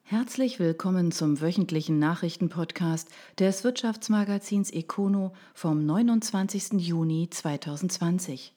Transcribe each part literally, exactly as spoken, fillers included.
Herzlich willkommen zum wöchentlichen Nachrichtenpodcast des Wirtschaftsmagazins Econo vom neunundzwanzigsten Juni zweitausendzwanzig.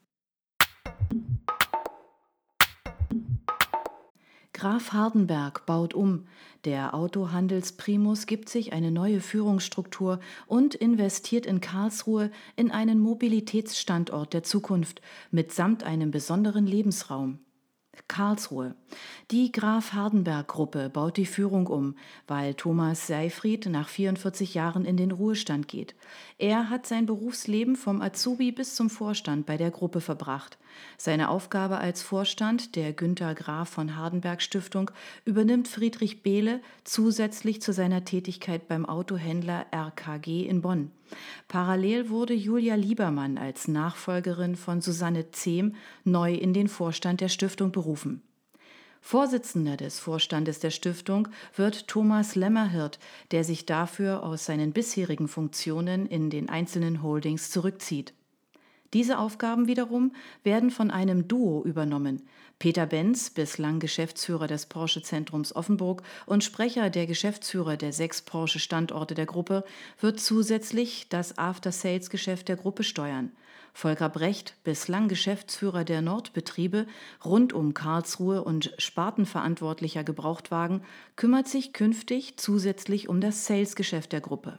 Graf Hardenberg baut um. Der Autohandelsprimus gibt sich eine neue Führungsstruktur und investiert in Karlsruhe in einen Mobilitätsstandort der Zukunft mitsamt einem besonderen Lebensraum. Karlsruhe. Die Graf Hardenberg-Gruppe baut die Führung um, weil Thomas Seyfried nach vierundvierzig Jahren in den Ruhestand geht. Er hat sein Berufsleben vom Azubi bis zum Vorstand bei der Gruppe verbracht. Seine Aufgabe als Vorstand der Günter Graf von Hardenberg Stiftung übernimmt Friedrich Behle zusätzlich zu seiner Tätigkeit beim Autohändler R K G in Bonn. Parallel wurde Julia Liebermann als Nachfolgerin von Susanne Zehm neu in den Vorstand der Stiftung berufen. Vorsitzender des Vorstandes der Stiftung wird Thomas Lämmerhirt, der sich dafür aus seinen bisherigen Funktionen in den einzelnen Holdings zurückzieht. Diese Aufgaben wiederum werden von einem Duo übernommen. Peter Benz, bislang Geschäftsführer des Porsche-Zentrums Offenburg und Sprecher der Geschäftsführer der sechs Porsche-Standorte der Gruppe, wird zusätzlich das After-Sales-Geschäft der Gruppe steuern. Volker Brecht, bislang Geschäftsführer der Nordbetriebe rund um Karlsruhe und Spartenverantwortlicher Gebrauchtwagen, kümmert sich künftig zusätzlich um das Sales-Geschäft der Gruppe.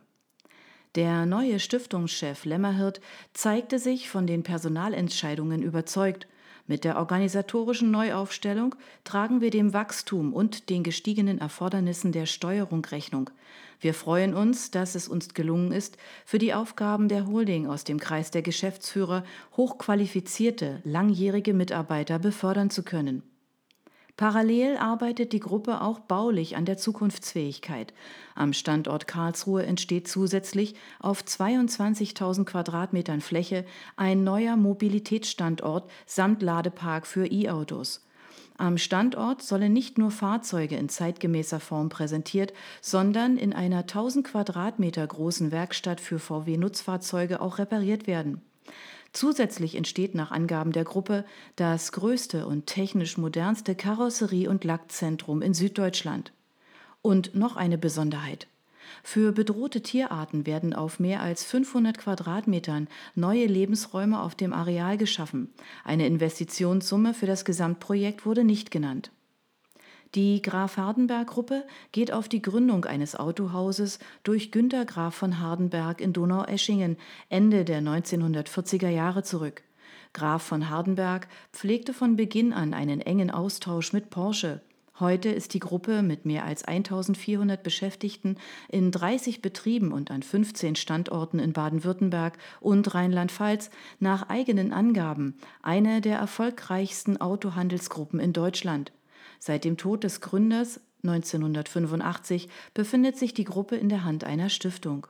Der neue Stiftungschef Lämmerhirt zeigte sich von den Personalentscheidungen überzeugt. Mit der organisatorischen Neuaufstellung tragen wir dem Wachstum und den gestiegenen Erfordernissen der Steuerung Rechnung. Wir freuen uns, dass es uns gelungen ist, für die Aufgaben der Holding aus dem Kreis der Geschäftsführer hochqualifizierte, langjährige Mitarbeiter befördern zu können. Parallel arbeitet die Gruppe auch baulich an der Zukunftsfähigkeit. Am Standort Karlsruhe entsteht zusätzlich auf zweiundzwanzigtausend Quadratmetern Fläche ein neuer Mobilitätsstandort samt Ladepark für E-Autos. Am Standort sollen nicht nur Fahrzeuge in zeitgemäßer Form präsentiert, sondern in einer tausend Quadratmeter großen Werkstatt für V W-Nutzfahrzeuge auch repariert werden. Zusätzlich entsteht nach Angaben der Gruppe das größte und technisch modernste Karosserie- und Lackzentrum in Süddeutschland. Und noch eine Besonderheit. Für bedrohte Tierarten werden auf mehr als fünfhundert Quadratmetern neue Lebensräume auf dem Areal geschaffen. Eine Investitionssumme für das Gesamtprojekt wurde nicht genannt. Die Graf Hardenberg-Gruppe geht auf die Gründung eines Autohauses durch Günter Graf von Hardenberg in Donaueschingen Ende der neunzehnhundertvierziger Jahre zurück. Graf von Hardenberg pflegte von Beginn an einen engen Austausch mit Porsche. Heute ist die Gruppe mit mehr als eintausendvierhundert Beschäftigten in dreißig Betrieben und an fünfzehn Standorten in Baden-Württemberg und Rheinland-Pfalz nach eigenen Angaben eine der erfolgreichsten Autohandelsgruppen in Deutschland. Seit dem Tod des Gründers neunzehnhundertfünfundachtzig befindet sich die Gruppe in der Hand einer Stiftung.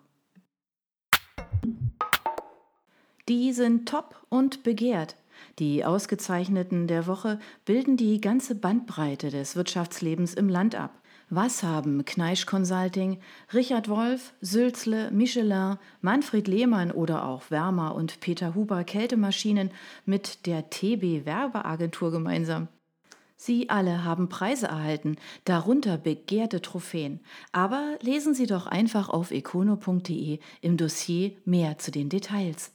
Die sind top und begehrt. Die Ausgezeichneten der Woche bilden die ganze Bandbreite des Wirtschaftslebens im Land ab. Was haben Kneisch Consulting, Richard Wolf, Sülzle, Michelin, Manfred Lehmann oder auch Wärmer und Peter Huber Kältemaschinen mit der T B Werbeagentur gemeinsam? Sie alle haben Preise erhalten, darunter begehrte Trophäen. Aber lesen Sie doch einfach auf econo punkt de im Dossier mehr zu den Details.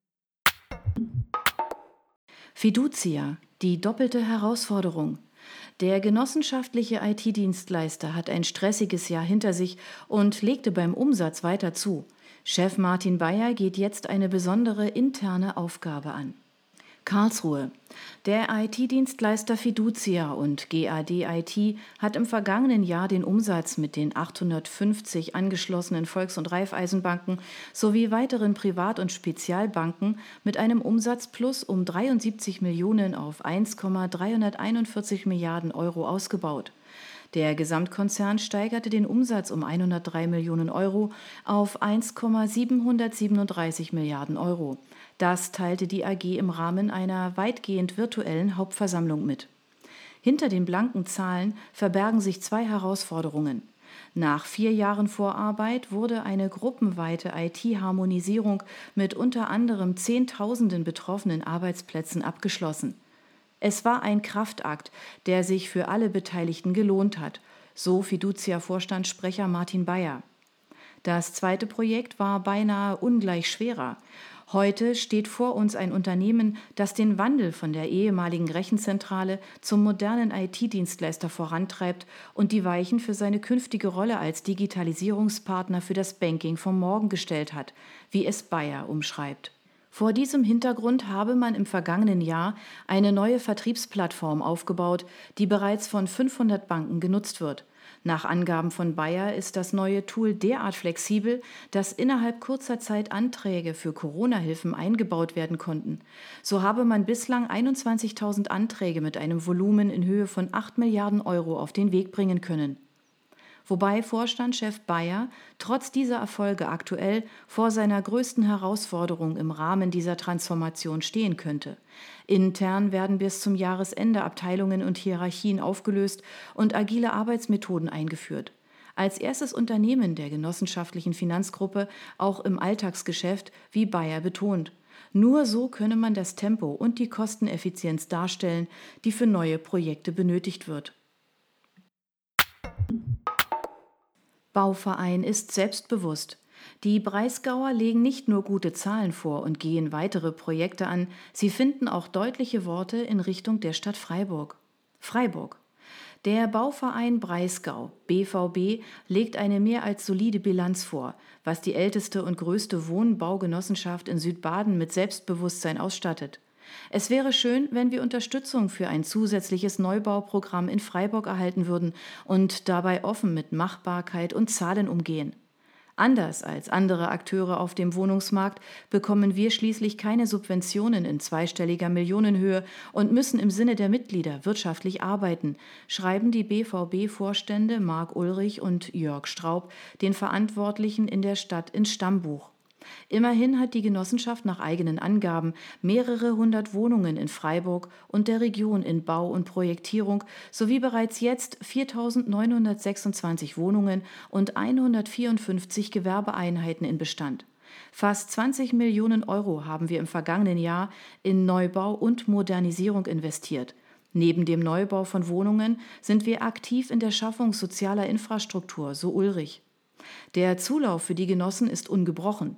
Fiducia, die doppelte Herausforderung. Der genossenschaftliche I T-Dienstleister hat ein stressiges Jahr hinter sich und legte beim Umsatz weiter zu. Chef Martin Bayer geht jetzt eine besondere interne Aufgabe an. Karlsruhe. Der I T-Dienstleister Fiducia und G A D I T hat im vergangenen Jahr den Umsatz mit den achthundertfünfzig angeschlossenen Volks- und Raiffeisenbanken sowie weiteren Privat- und Spezialbanken mit einem Umsatzplus um dreiundsiebzig Millionen auf eins Komma dreihunderteinundvierzig Milliarden Euro ausgebaut. Der Gesamtkonzern steigerte den Umsatz um hundertdrei Millionen Euro auf eins Komma siebenhundertsiebenunddreißig Milliarden Euro. Das teilte die A G im Rahmen einer weitgehend virtuellen Hauptversammlung mit. Hinter den blanken Zahlen verbergen sich zwei Herausforderungen. Nach vier Jahren Vorarbeit wurde eine gruppenweite I T-Harmonisierung mit unter anderem Zehntausenden betroffenen Arbeitsplätzen abgeschlossen. Es war ein Kraftakt, der sich für alle Beteiligten gelohnt hat. so Fiducia-Vorstandssprecher Martin Bayer. Das zweite Projekt war beinahe ungleich schwerer. Heute steht vor uns ein Unternehmen, das den Wandel von der ehemaligen Rechenzentrale zum modernen I T-Dienstleister vorantreibt und die Weichen für seine künftige Rolle als Digitalisierungspartner für das Banking vom Morgen gestellt hat, wie es Bayer umschreibt. Vor diesem Hintergrund habe man im vergangenen Jahr eine neue Vertriebsplattform aufgebaut, die bereits von fünfhundert Banken genutzt wird. Nach Angaben von Bayer ist das neue Tool derart flexibel, dass innerhalb kurzer Zeit Anträge für Corona-Hilfen eingebaut werden konnten. So habe man bislang einundzwanzigtausend Anträge mit einem Volumen in Höhe von acht Milliarden Euro auf den Weg bringen können. Wobei Vorstandschef Bayer trotz dieser Erfolge aktuell vor seiner größten Herausforderung im Rahmen dieser Transformation stehen könnte. Intern werden bis zum Jahresende Abteilungen und Hierarchien aufgelöst und agile Arbeitsmethoden eingeführt. Als erstes Unternehmen der genossenschaftlichen Finanzgruppe auch im Alltagsgeschäft, wie Bayer betont. Nur so könne man das Tempo und die Kosteneffizienz darstellen, die für neue Projekte benötigt wird. Bauverein ist selbstbewusst. Die Breisgauer legen nicht nur gute Zahlen vor und gehen weitere Projekte an, sie finden auch deutliche Worte in Richtung der Stadt Freiburg. Freiburg. Der Bauverein Breisgau, B V B, legt eine mehr als solide Bilanz vor, was die älteste und größte Wohnbaugenossenschaft in Südbaden mit Selbstbewusstsein ausstattet. Es wäre schön, wenn wir Unterstützung für ein zusätzliches Neubauprogramm in Freiburg erhalten würden und dabei offen mit Machbarkeit und Zahlen umgehen. Anders als andere Akteure auf dem Wohnungsmarkt bekommen wir schließlich keine Subventionen in zweistelliger Millionenhöhe und müssen im Sinne der Mitglieder wirtschaftlich arbeiten, schreiben die B V B-Vorstände Marc Ulrich und Jörg Straub den Verantwortlichen in der Stadt ins Stammbuch. Immerhin hat die Genossenschaft nach eigenen Angaben mehrere hundert Wohnungen in Freiburg und der Region in Bau und Projektierung sowie bereits jetzt viertausendneunhundertsechsundzwanzig Wohnungen und hundertvierundfünfzig Gewerbeeinheiten in Bestand. Fast zwanzig Millionen Euro haben wir im vergangenen Jahr in Neubau und Modernisierung investiert. Neben dem Neubau von Wohnungen sind wir aktiv in der Schaffung sozialer Infrastruktur, so Ulrich. Der Zulauf für die Genossen ist ungebrochen.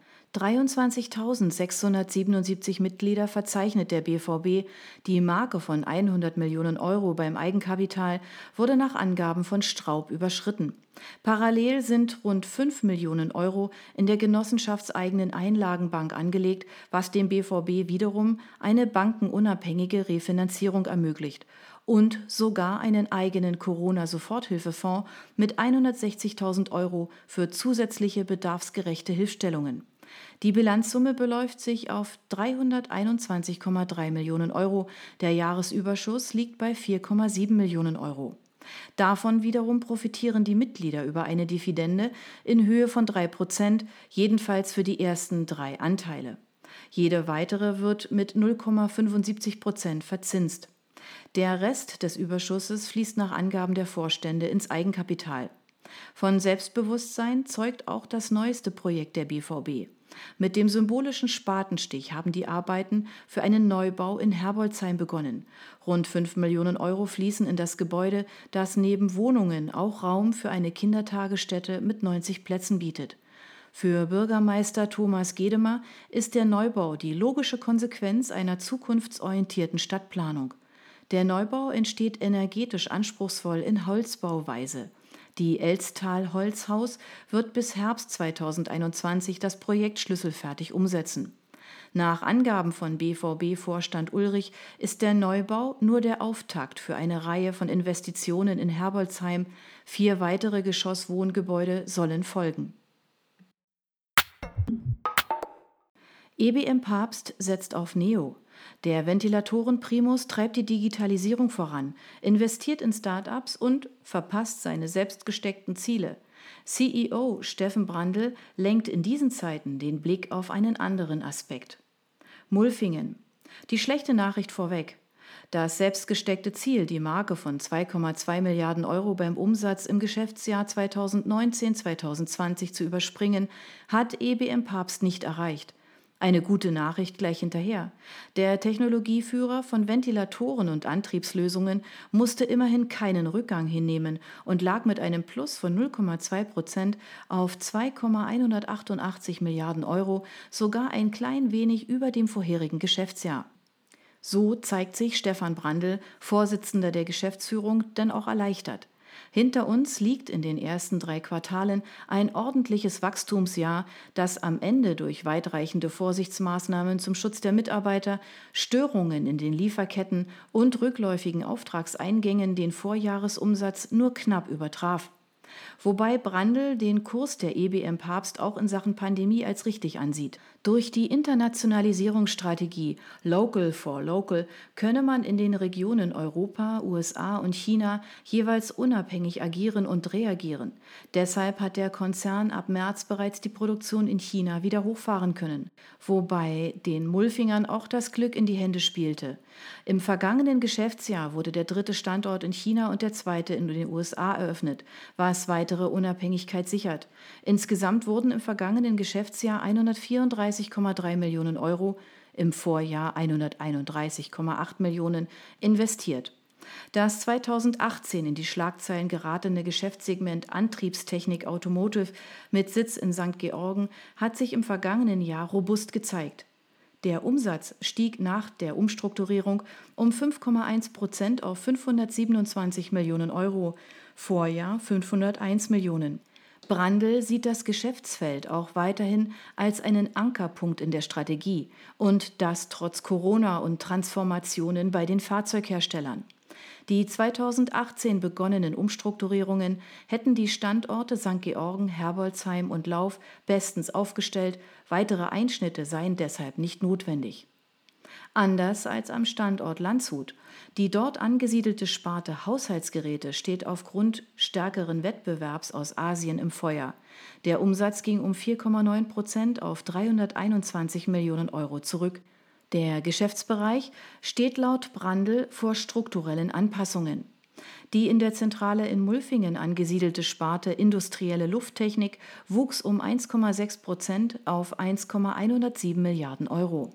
dreiundzwanzigtausendsechshundertsiebenundsiebzig Mitglieder verzeichnet der B V B. Die Marke von hundert Millionen Euro beim Eigenkapital wurde nach Angaben von Straub überschritten. Parallel sind rund fünf Millionen Euro in der genossenschaftseigenen Einlagenbank angelegt, was dem B V B wiederum eine bankenunabhängige Refinanzierung ermöglicht. Und sogar einen eigenen Corona-Soforthilfefonds mit hundertsechzigtausend Euro für zusätzliche bedarfsgerechte Hilfsstellungen. Die Bilanzsumme beläuft sich auf dreihunderteinundzwanzig Komma drei Millionen Euro, der Jahresüberschuss liegt bei vier Komma sieben Millionen Euro. Davon wiederum profitieren die Mitglieder über eine Dividende in Höhe von drei Prozent, jedenfalls für die ersten drei Anteile. Jede weitere wird mit null Komma fünfundsiebzig Prozent verzinst. Der Rest des Überschusses fließt nach Angaben der Vorstände ins Eigenkapital. Von Selbstbewusstsein zeugt auch das neueste Projekt der B V B. Mit dem symbolischen Spatenstich haben die Arbeiten für einen Neubau in Herbolzheim begonnen. Rund fünf Millionen Euro fließen in das Gebäude, das neben Wohnungen auch Raum für eine Kindertagesstätte mit neunzig Plätzen bietet. Für Bürgermeister Thomas Gedemer ist der Neubau die logische Konsequenz einer zukunftsorientierten Stadtplanung. Der Neubau entsteht energetisch anspruchsvoll in Holzbauweise. Die Elztal Holzhaus wird bis Herbst zweitausendeinundzwanzig das Projekt schlüsselfertig umsetzen. Nach Angaben von B V B-Vorstand Ulrich ist der Neubau nur der Auftakt für eine Reihe von Investitionen in Herbolzheim. Vier weitere Geschosswohngebäude sollen folgen. E B M Papst setzt auf Neo. Der Ventilatoren-Primus treibt die Digitalisierung voran, investiert in Start-ups und verpasst seine selbst gesteckten Ziele. C E O Steffen Brandl lenkt in diesen Zeiten den Blick auf einen anderen Aspekt. Mulfingen. Die schlechte Nachricht vorweg. Das selbstgesteckte Ziel, die Marke von zwei Komma zwei Milliarden Euro beim Umsatz im Geschäftsjahr zweitausendneunzehn zweitausendzwanzig zu überspringen, hat E B M Papst nicht erreicht. Eine gute Nachricht gleich hinterher. Der Technologieführer von Ventilatoren und Antriebslösungen musste immerhin keinen Rückgang hinnehmen und lag mit einem Plus von null Komma zwei Prozent auf zwei Komma hundertachtundachtzig Milliarden Euro sogar ein klein wenig über dem vorherigen Geschäftsjahr. So zeigt sich Stefan Brandl, Vorsitzender der Geschäftsführung, dann auch erleichtert. Hinter uns liegt in den ersten drei Quartalen ein ordentliches Wachstumsjahr, das am Ende durch weitreichende Vorsichtsmaßnahmen zum Schutz der Mitarbeiter, Störungen in den Lieferketten und rückläufigen Auftragseingängen den Vorjahresumsatz nur knapp übertraf. Wobei Brandl den Kurs der E B M Papst auch in Sachen Pandemie als richtig ansieht. Durch die Internationalisierungsstrategie Local for Local könne man in den Regionen Europa, U S A und China jeweils unabhängig agieren und reagieren. Deshalb hat der Konzern ab März bereits die Produktion in China wieder hochfahren können, wobei den Mulfingern auch das Glück in die Hände spielte. Im vergangenen Geschäftsjahr wurde der dritte Standort in China und der zweite in den U S A eröffnet, was weitere Unabhängigkeit sichert. Insgesamt wurden im vergangenen Geschäftsjahr hundertvierunddreißig Komma drei Millionen Euro, im Vorjahr hunderteinunddreißig Komma acht Millionen investiert. Das zweitausendachtzehn in die Schlagzeilen geratene Geschäftssegment Antriebstechnik Automotive mit Sitz in Sankt Georgen hat sich im vergangenen Jahr robust gezeigt. Der Umsatz stieg nach der Umstrukturierung um fünf Komma eins Prozent auf fünfhundertsiebenundzwanzig Millionen Euro, Vorjahr fünfhunderteins Millionen. Brandl sieht das Geschäftsfeld auch weiterhin als einen Ankerpunkt in der Strategie und das trotz Corona und Transformationen bei den Fahrzeugherstellern. Die zweitausendachtzehn begonnenen Umstrukturierungen hätten die Standorte Sankt Georgen, Herbolzheim und Lauf bestens aufgestellt, weitere Einschnitte seien deshalb nicht notwendig. Anders als am Standort Landshut. Die dort angesiedelte Sparte Haushaltsgeräte steht aufgrund stärkeren Wettbewerbs aus Asien im Feuer. Der Umsatz ging um vier Komma neun Prozent auf dreihunderteinundzwanzig Millionen Euro zurück. Der Geschäftsbereich steht laut Brandl vor strukturellen Anpassungen. Die in der Zentrale in Mulfingen angesiedelte Sparte Industrielle Lufttechnik wuchs um eins Komma sechs Prozent auf eins Komma hundertsieben Milliarden Euro.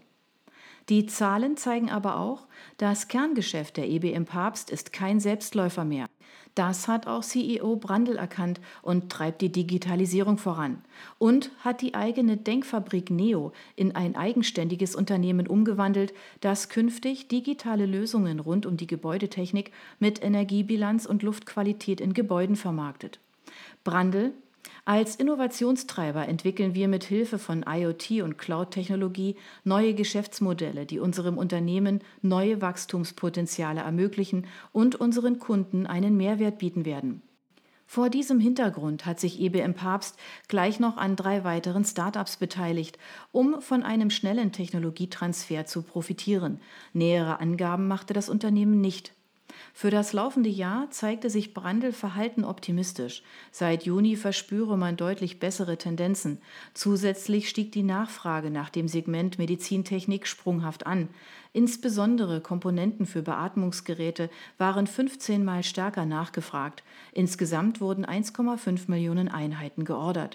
Die Zahlen zeigen aber auch, das Kerngeschäft der E B M Papst ist kein Selbstläufer mehr. Das hat auch C E O Brandl erkannt und treibt die Digitalisierung voran und hat die eigene Denkfabrik Neo in ein eigenständiges Unternehmen umgewandelt, das künftig digitale Lösungen rund um die Gebäudetechnik mit Energiebilanz und Luftqualität in Gebäuden vermarktet. Brandl: Als Innovationstreiber entwickeln wir mit Hilfe von I o T und Cloud-Technologie neue Geschäftsmodelle, die unserem Unternehmen neue Wachstumspotenziale ermöglichen und unseren Kunden einen Mehrwert bieten werden. Vor diesem Hintergrund hat sich E B M Papst gleich noch an drei weiteren Start-ups beteiligt, um von einem schnellen Technologietransfer zu profitieren. Nähere Angaben machte das Unternehmen nicht. Für das laufende Jahr zeigte sich Brandl verhalten optimistisch. Seit Juni verspüre man deutlich bessere Tendenzen. Zusätzlich stieg die Nachfrage nach dem Segment Medizintechnik sprunghaft an. Insbesondere Komponenten für Beatmungsgeräte waren fünfzehn Mal stärker nachgefragt. Insgesamt wurden eins Komma fünf Millionen Einheiten geordert.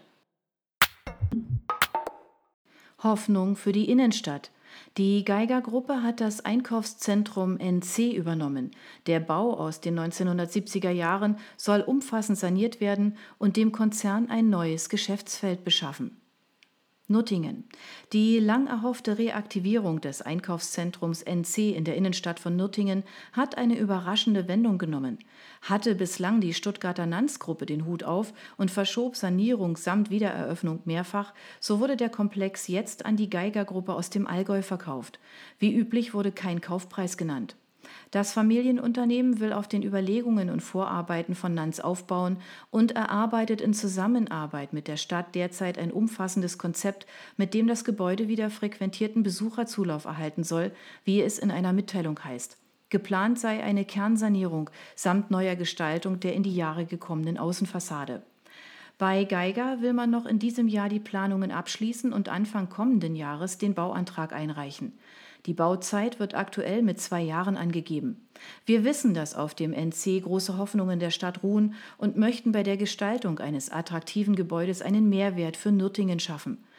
Hoffnung für die Innenstadt. Die Geiger-Gruppe hat das Einkaufszentrum N C übernommen. Der Bau aus den neunzehnhundertsiebziger Jahren soll umfassend saniert werden und dem Konzern ein neues Geschäftsfeld beschaffen. Nürtingen. Die lang erhoffte Reaktivierung des Einkaufszentrums N C in der Innenstadt von Nürtingen hat eine überraschende Wendung genommen. Hatte bislang die Stuttgarter Nanz-Gruppe den Hut auf und verschob Sanierung samt Wiedereröffnung mehrfach, so wurde der Komplex jetzt an die Geiger-Gruppe aus dem Allgäu verkauft. Wie üblich wurde kein Kaufpreis genannt. Das Familienunternehmen will auf den Überlegungen und Vorarbeiten von Nanz aufbauen und erarbeitet in Zusammenarbeit mit der Stadt derzeit ein umfassendes Konzept, mit dem das Gebäude wieder frequentierten Besucherzulauf erhalten soll, wie es in einer Mitteilung heißt. Geplant sei eine Kernsanierung samt neuer Gestaltung der in die Jahre gekommenen Außenfassade. Bei Geiger will man noch in diesem Jahr die Planungen abschließen und Anfang kommenden Jahres den Bauantrag einreichen. Die Bauzeit wird aktuell mit zwei Jahren angegeben. Wir wissen, dass auf dem N C große Hoffnungen der Stadt ruhen und möchten bei der Gestaltung eines attraktiven Gebäudes einen Mehrwert für Nürtingen schaffen.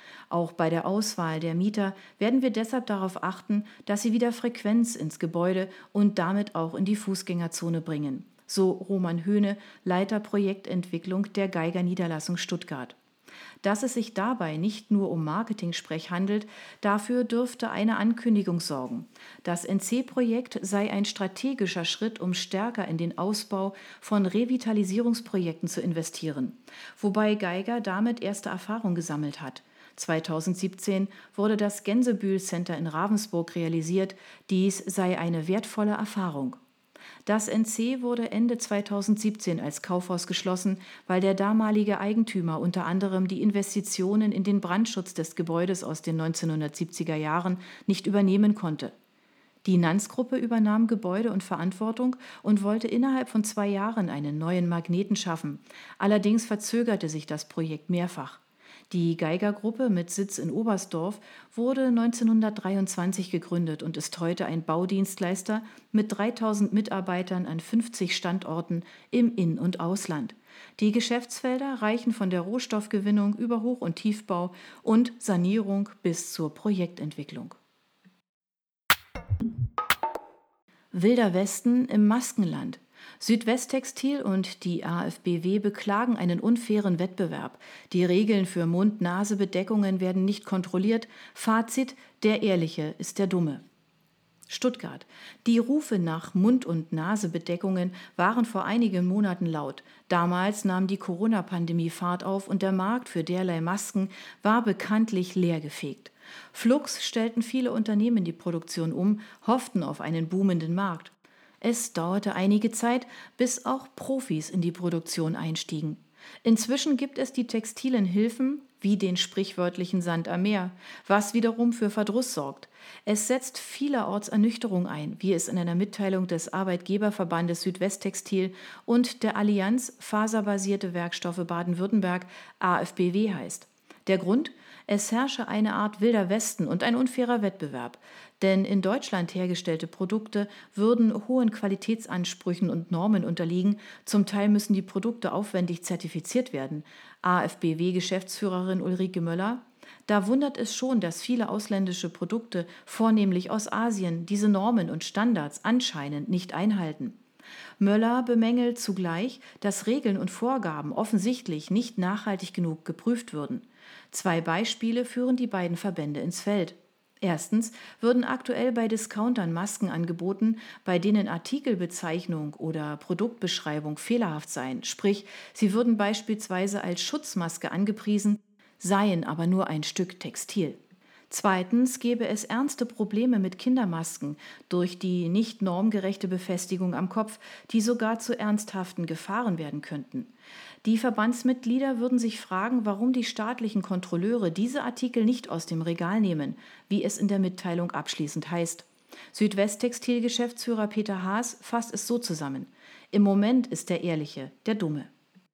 Auch bei der Auswahl der Mieter werden wir deshalb darauf achten, dass sie wieder Frequenz ins Gebäude und damit auch in die Fußgängerzone bringen. So Roman Höhne, Leiter Projektentwicklung der Geiger Niederlassung Stuttgart. Dass es sich dabei nicht nur um Marketing-Sprech handelt, dafür dürfte eine Ankündigung sorgen. Das N C-Projekt sei ein strategischer Schritt, um stärker in den Ausbau von Revitalisierungsprojekten zu investieren, wobei Geiger damit erste Erfahrung gesammelt hat. zweitausendsiebzehn wurde das Gänsebühl Center in Ravensburg realisiert. Dies sei eine wertvolle Erfahrung. Das N C wurde Ende zweitausendsiebzehn als Kaufhaus geschlossen, weil der damalige Eigentümer unter anderem die Investitionen in den Brandschutz des Gebäudes aus den neunzehnhundertsiebziger Jahren nicht übernehmen konnte. Die Nanz-Gruppe übernahm Gebäude und Verantwortung und wollte innerhalb von zwei Jahren einen neuen Magneten schaffen. Allerdings verzögerte sich das Projekt mehrfach. Die Geiger-Gruppe mit Sitz in Oberstdorf wurde neunzehnhundertdreiundzwanzig gegründet und ist heute ein Baudienstleister mit dreitausend Mitarbeitern an fünfzig Standorten im In- und Ausland. Die Geschäftsfelder reichen von der Rohstoffgewinnung über Hoch- und Tiefbau und Sanierung bis zur Projektentwicklung. Wilder Westen im Maskenland. Südwesttextil und die A F B W beklagen einen unfairen Wettbewerb. Die Regeln für Mund-Nase-Bedeckungen werden nicht kontrolliert. Fazit: Der Ehrliche ist der Dumme. Stuttgart. Die Rufe nach Mund- und Nasebedeckungen waren vor einigen Monaten laut. Damals nahm die Corona-Pandemie Fahrt auf und der Markt für derlei Masken war bekanntlich leergefegt. Flugs stellten viele Unternehmen die Produktion um, hofften auf einen boomenden Markt. Es dauerte einige Zeit, bis auch Profis in die Produktion einstiegen. Inzwischen gibt es die textilen Hilfen, wie den sprichwörtlichen Sand am Meer, was wiederum für Verdruss sorgt. Es setzt vielerorts Ernüchterung ein, wie es in einer Mitteilung des Arbeitgeberverbandes Südwesttextil und der Allianz Faserbasierte Werkstoffe Baden-Württemberg A F B W heißt. Der Grund? Es herrsche eine Art wilder Westen und ein unfairer Wettbewerb. Denn in Deutschland hergestellte Produkte würden hohen Qualitätsansprüchen und Normen unterliegen. Zum Teil müssen die Produkte aufwendig zertifiziert werden. A F B W-Geschäftsführerin Ulrike Möller: Da wundert es schon, dass viele ausländische Produkte, vornehmlich aus Asien, diese Normen und Standards anscheinend nicht einhalten. Möller bemängelt zugleich, dass Regeln und Vorgaben offensichtlich nicht nachhaltig genug geprüft würden. Zwei Beispiele führen die beiden Verbände ins Feld. Erstens würden aktuell bei Discountern Masken angeboten, bei denen Artikelbezeichnung oder Produktbeschreibung fehlerhaft seien, sprich, sie würden beispielsweise als Schutzmaske angepriesen, seien aber nur ein Stück Textil. Zweitens gäbe es ernste Probleme mit Kindermasken durch die nicht normgerechte Befestigung am Kopf, die sogar zu ernsthaften Gefahren werden könnten. Die Verbandsmitglieder würden sich fragen, warum die staatlichen Kontrolleure diese Artikel nicht aus dem Regal nehmen, wie es in der Mitteilung abschließend heißt. Südwesttextil-Geschäftsführer Peter Haas fasst es so zusammen: Im Moment ist der Ehrliche der Dumme.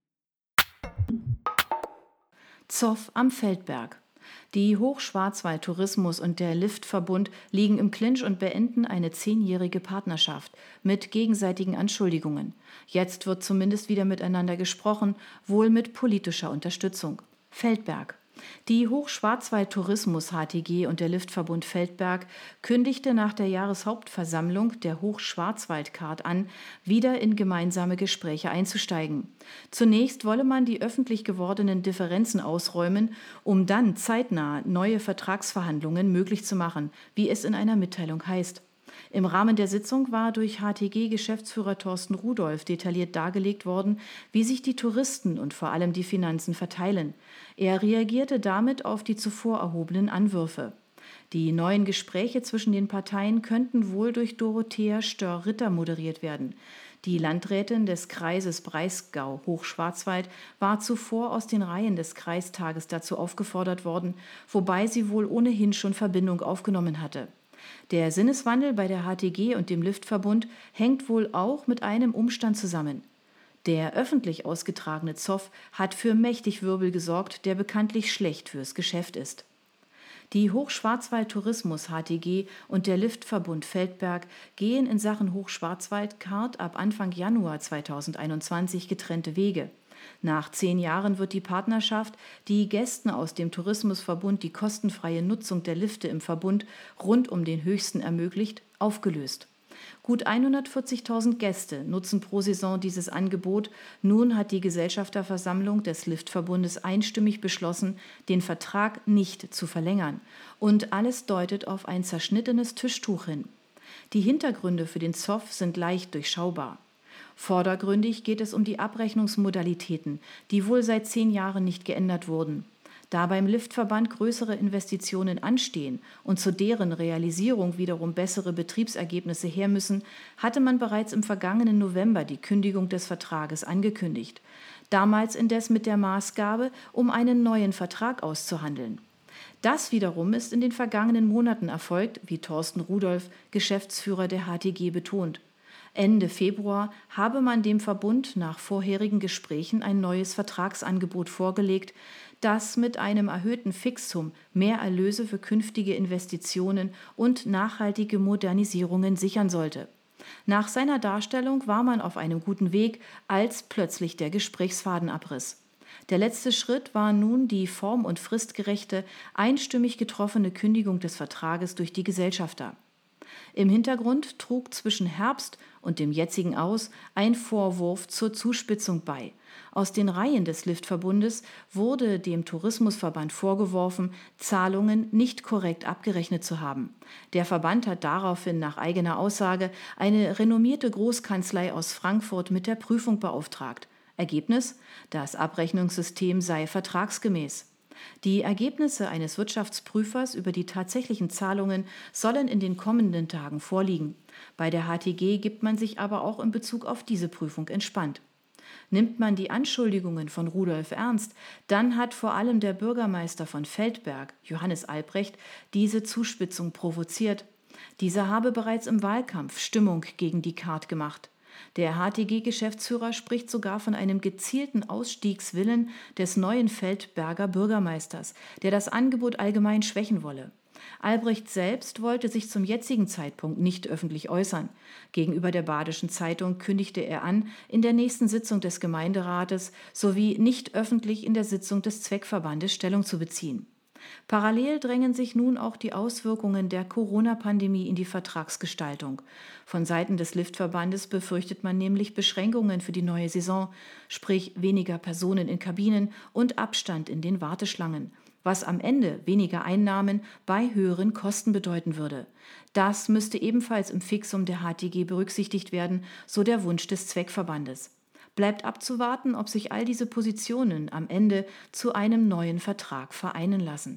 Zoff am Feldberg. Die Hochschwarzwald Tourismus und der Liftverbund liegen im Clinch und beenden eine zehnjährige Partnerschaft mit gegenseitigen Anschuldigungen. Jetzt wird zumindest wieder miteinander gesprochen, wohl mit politischer Unterstützung. Feldberg. Die Hochschwarzwald Tourismus H T G und der Liftverbund Feldberg kündigte nach der Jahreshauptversammlung der Hochschwarzwald-Card an, wieder in gemeinsame Gespräche einzusteigen. Zunächst wolle man die öffentlich gewordenen Differenzen ausräumen, um dann zeitnah neue Vertragsverhandlungen möglich zu machen, wie es in einer Mitteilung heißt. Im Rahmen der Sitzung war durch H T G-Geschäftsführer Thorsten Rudolph detailliert dargelegt worden, wie sich die Touristen und vor allem die Finanzen verteilen. Er reagierte damit auf die zuvor erhobenen Anwürfe. Die neuen Gespräche zwischen den Parteien könnten wohl durch Dorothea Stör-Ritter moderiert werden. Die Landrätin des Kreises Breisgau-Hochschwarzwald war zuvor aus den Reihen des Kreistages dazu aufgefordert worden, wobei sie wohl ohnehin schon Verbindung aufgenommen hatte. Der Sinneswandel bei der H T G und dem Liftverbund hängt wohl auch mit einem Umstand zusammen. Der öffentlich ausgetragene Zoff hat für mächtig Wirbel gesorgt, der bekanntlich schlecht fürs Geschäft ist. Die Hochschwarzwald Tourismus H T G und der Liftverbund Feldberg gehen in Sachen Hochschwarzwald-Card ab Anfang Januar zweitausendeinundzwanzig getrennte Wege. Nach zehn Jahren wird die Partnerschaft, die Gästen aus dem Tourismusverbund die kostenfreie Nutzung der Lifte im Verbund rund um den Höchsten ermöglicht, aufgelöst. Gut hundertvierzigtausend Gäste nutzen pro Saison dieses Angebot. Nun hat die Gesellschafterversammlung des Liftverbundes einstimmig beschlossen, den Vertrag nicht zu verlängern. Und alles deutet auf ein zerschnittenes Tischtuch hin. Die Hintergründe für den Zoff sind leicht durchschaubar. Vordergründig geht es um die Abrechnungsmodalitäten, die wohl seit zehn Jahren nicht geändert wurden. Da beim Liftverband größere Investitionen anstehen und zu deren Realisierung wiederum bessere Betriebsergebnisse her müssen, hatte man bereits im vergangenen November die Kündigung des Vertrages angekündigt. Damals indes mit der Maßgabe, um einen neuen Vertrag auszuhandeln. Das wiederum ist in den vergangenen Monaten erfolgt, wie Thorsten Rudolph, Geschäftsführer der H T G, betont. Ende Februar habe man dem Verbund nach vorherigen Gesprächen ein neues Vertragsangebot vorgelegt, das mit einem erhöhten Fixum mehr Erlöse für künftige Investitionen und nachhaltige Modernisierungen sichern sollte. Nach seiner Darstellung war man auf einem guten Weg, als plötzlich der Gesprächsfaden abriss. Der letzte Schritt war nun die form- und fristgerechte, einstimmig getroffene Kündigung des Vertrages durch die Gesellschafter. Im Hintergrund trug zwischen Herbst und dem jetzigen Aus ein Vorwurf zur Zuspitzung bei. Aus den Reihen des Liftverbundes wurde dem Tourismusverband vorgeworfen, Zahlungen nicht korrekt abgerechnet zu haben. Der Verband hat daraufhin nach eigener Aussage eine renommierte Großkanzlei aus Frankfurt mit der Prüfung beauftragt. Ergebnis: Das Abrechnungssystem sei vertragsgemäß. Die Ergebnisse eines Wirtschaftsprüfers über die tatsächlichen Zahlungen sollen in den kommenden Tagen vorliegen. Bei der H T G gibt man sich aber auch in Bezug auf diese Prüfung entspannt. Nimmt man die Anschuldigungen von Rudolph ernst, dann hat vor allem der Bürgermeister von Feldberg, Johannes Albrecht, diese Zuspitzung provoziert. Dieser habe bereits im Wahlkampf Stimmung gegen die Card gemacht. Der H T G-Geschäftsführer spricht sogar von einem gezielten Ausstiegswillen des neuen Feldberger Bürgermeisters, der das Angebot allgemein schwächen wolle. Albrecht selbst wollte sich zum jetzigen Zeitpunkt nicht öffentlich äußern. Gegenüber der Badischen Zeitung kündigte er an, in der nächsten Sitzung des Gemeinderates sowie nicht öffentlich in der Sitzung des Zweckverbandes Stellung zu beziehen. Parallel drängen sich nun auch die Auswirkungen der Corona-Pandemie in die Vertragsgestaltung. Von Seiten des Liftverbandes befürchtet man nämlich Beschränkungen für die neue Saison, sprich weniger Personen in Kabinen und Abstand in den Warteschlangen, was am Ende weniger Einnahmen bei höheren Kosten bedeuten würde. Das müsste ebenfalls im Fixum der H T G berücksichtigt werden, so der Wunsch des Zweckverbandes. Bleibt abzuwarten, ob sich all diese Positionen am Ende zu einem neuen Vertrag vereinen lassen.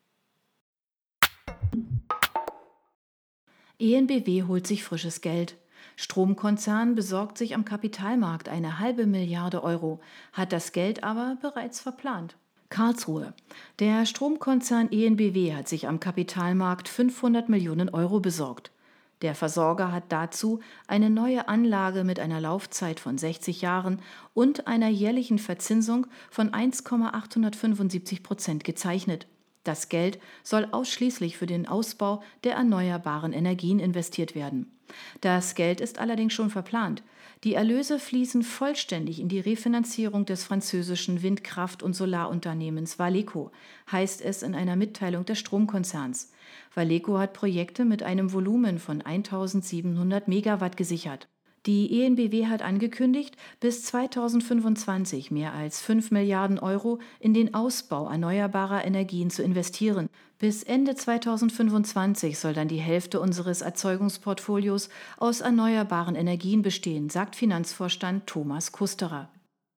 E N B W holt sich frisches Geld. Stromkonzern besorgt sich am Kapitalmarkt eine halbe Milliarde Euro, hat das Geld aber bereits verplant. Karlsruhe. Der Stromkonzern E N B W hat sich am Kapitalmarkt fünfhundert Millionen Euro besorgt. Der Versorger hat dazu eine neue Anlage mit einer Laufzeit von sechzig Jahren und einer jährlichen Verzinsung von eins Komma achthundertfünfundsiebzig Prozent gezeichnet. Das Geld soll ausschließlich für den Ausbau der erneuerbaren Energien investiert werden. Das Geld ist allerdings schon verplant. Die Erlöse fließen vollständig in die Refinanzierung des französischen Windkraft- und Solarunternehmens Valeco, heißt es in einer Mitteilung des Stromkonzerns. Valeco hat Projekte mit einem Volumen von eintausendsiebenhundert Megawatt gesichert. Die E N B W hat angekündigt, bis zweitausendfünfundzwanzig mehr als fünf Milliarden Euro in den Ausbau erneuerbarer Energien zu investieren. Bis Ende zweitausendfünfundzwanzig soll dann die Hälfte unseres Erzeugungsportfolios aus erneuerbaren Energien bestehen, sagt Finanzvorstand Thomas Kusterer.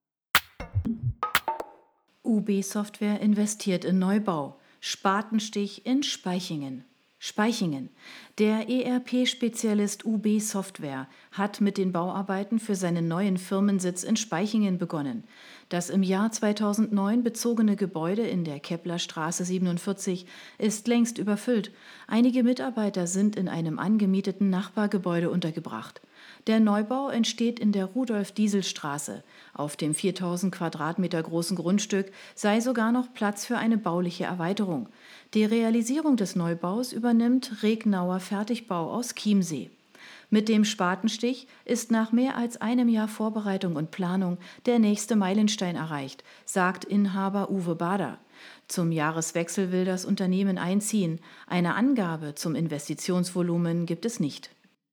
U B Software investiert in Neubau. Spatenstich in Spaichingen. Spaichingen. Der E R P-Spezialist U B Software hat mit den Bauarbeiten für seinen neuen Firmensitz in Spaichingen begonnen. Das im Jahr zweitausendneun bezogene Gebäude in der Keplerstraße siebenundvierzig ist längst überfüllt. Einige Mitarbeiter sind in einem angemieteten Nachbargebäude untergebracht. Der Neubau entsteht in der Rudolf-Diesel-Straße. Auf dem viertausend Quadratmeter großen Grundstück sei sogar noch Platz für eine bauliche Erweiterung. Die Realisierung des Neubaus übernimmt Regnauer Fertigbau aus Chiemsee. Mit dem Spatenstich ist nach mehr als einem Jahr Vorbereitung und Planung der nächste Meilenstein erreicht, sagt Inhaber Uwe Bader. Zum Jahreswechsel will das Unternehmen einziehen. Eine Angabe zum Investitionsvolumen gibt es nicht.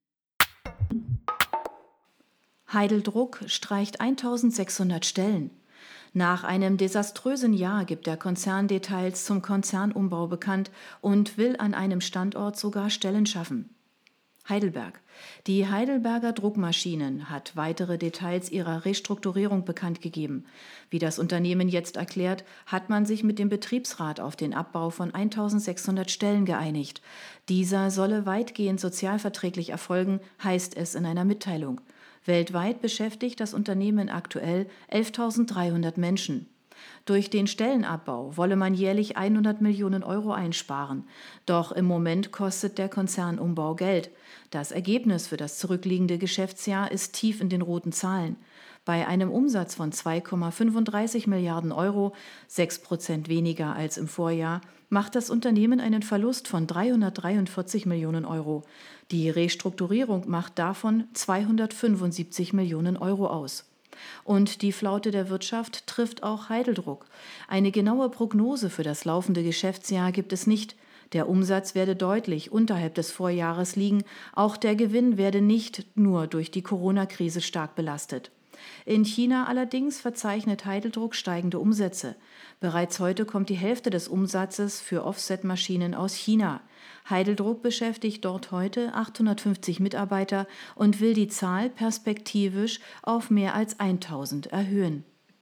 Heideldruck streicht eintausendsechshundert Stellen. Nach einem desaströsen Jahr gibt der Konzern Details zum Konzernumbau bekannt und will an einem Standort sogar Stellen schaffen. Heidelberg. Die Heidelberger Druckmaschinen hat weitere Details ihrer Restrukturierung bekannt gegeben. Wie das Unternehmen jetzt erklärt, hat man sich mit dem Betriebsrat auf den Abbau von eintausendsechshundert Stellen geeinigt. Dieser solle weitgehend sozialverträglich erfolgen, heißt es in einer Mitteilung. Weltweit beschäftigt das Unternehmen aktuell elftausenddreihundert Menschen. Durch den Stellenabbau wolle man jährlich hundert Millionen Euro einsparen. Doch im Moment kostet der Konzernumbau Geld. Das Ergebnis für das zurückliegende Geschäftsjahr ist tief in den roten Zahlen. Bei einem Umsatz von zwei Komma fünfunddreißig Milliarden Euro, sechs Prozent weniger als im Vorjahr, macht das Unternehmen einen Verlust von dreihundertdreiundvierzig Millionen Euro. Die Restrukturierung macht davon zweihundertfünfundsiebzig Millionen Euro aus. Und die Flaute der Wirtschaft trifft auch Heideldruck. Eine genaue Prognose für das laufende Geschäftsjahr gibt es nicht. Der Umsatz werde deutlich unterhalb des Vorjahres liegen, auch der Gewinn werde nicht nur durch die Corona-Krise stark belastet. In China allerdings verzeichnet Heideldruck steigende Umsätze. Bereits heute kommt die Hälfte des Umsatzes für Offset-Maschinen aus China. Heideldruck beschäftigt dort heute achthundertfünfzig Mitarbeiter und will die Zahl perspektivisch auf mehr als tausend erhöhen.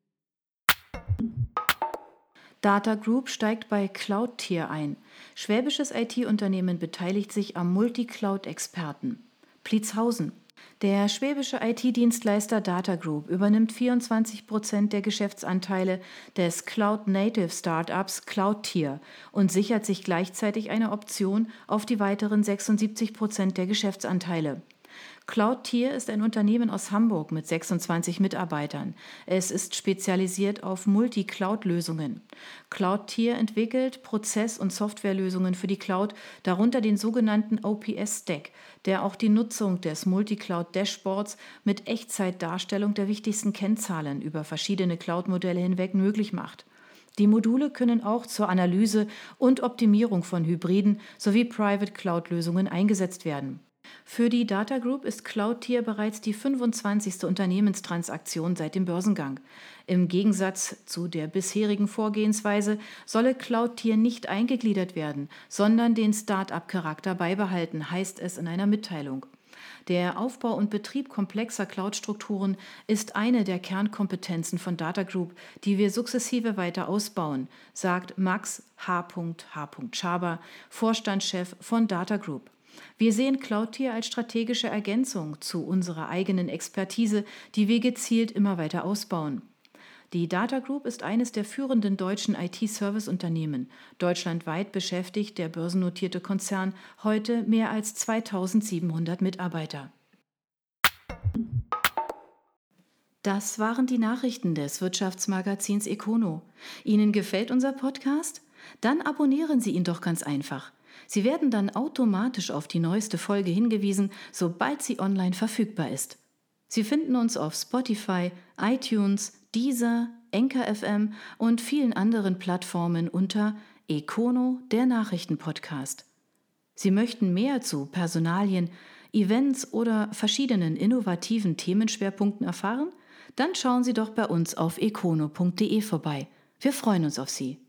Data Group steigt bei Cloudtier ein. Schwäbisches I T-Unternehmen beteiligt sich am Multicloud-Experten. Pliezhausen. Der schwäbische I T-Dienstleister Data Group übernimmt vierundzwanzig Prozent der Geschäftsanteile des Cloud-Native-Startups Cloudtier und sichert sich gleichzeitig eine Option auf die weiteren sechsundsiebzig Prozent der Geschäftsanteile. Cloudtier ist ein Unternehmen aus Hamburg mit sechsundzwanzig Mitarbeitern. Es ist spezialisiert auf Multi-Cloud-Lösungen. Cloudtier entwickelt Prozess- und Softwarelösungen für die Cloud, darunter den sogenannten O P S-Stack, der auch die Nutzung des Multicloud-Dashboards mit Echtzeitdarstellung der wichtigsten Kennzahlen über verschiedene Cloud-Modelle hinweg möglich macht. Die Module können auch zur Analyse und Optimierung von Hybriden sowie Private-Cloud-Lösungen eingesetzt werden. Für die Data Group ist Cloudtier bereits die fünfundzwanzigste Unternehmenstransaktion seit dem Börsengang. Im Gegensatz zu der bisherigen Vorgehensweise solle Cloudtier nicht eingegliedert werden, sondern den Start-up-Charakter beibehalten, heißt es in einer Mitteilung. Der Aufbau und Betrieb komplexer Cloud-Strukturen ist eine der Kernkompetenzen von Data Group, die wir sukzessive weiter ausbauen, sagt Max H. H. Schaber, Vorstandschef von Data Group. Wir sehen Cloudtier als strategische Ergänzung zu unserer eigenen Expertise, die wir gezielt immer weiter ausbauen. Die Data Group ist eines der führenden deutschen I T-Service-Unternehmen. Deutschlandweit beschäftigt der börsennotierte Konzern heute mehr als zweitausendsiebenhundert Mitarbeiter. Das waren die Nachrichten des Wirtschaftsmagazins Econo. Ihnen gefällt unser Podcast? Dann abonnieren Sie ihn doch ganz einfach. Sie werden dann automatisch auf die neueste Folge hingewiesen, sobald sie online verfügbar ist. Sie finden uns auf Spotify, iTunes, Deezer, Anchor F M und vielen anderen Plattformen unter Econo, der Nachrichtenpodcast. Sie möchten mehr zu Personalien, Events oder verschiedenen innovativen Themenschwerpunkten erfahren? Dann schauen Sie doch bei uns auf econo punkt de vorbei. Wir freuen uns auf Sie.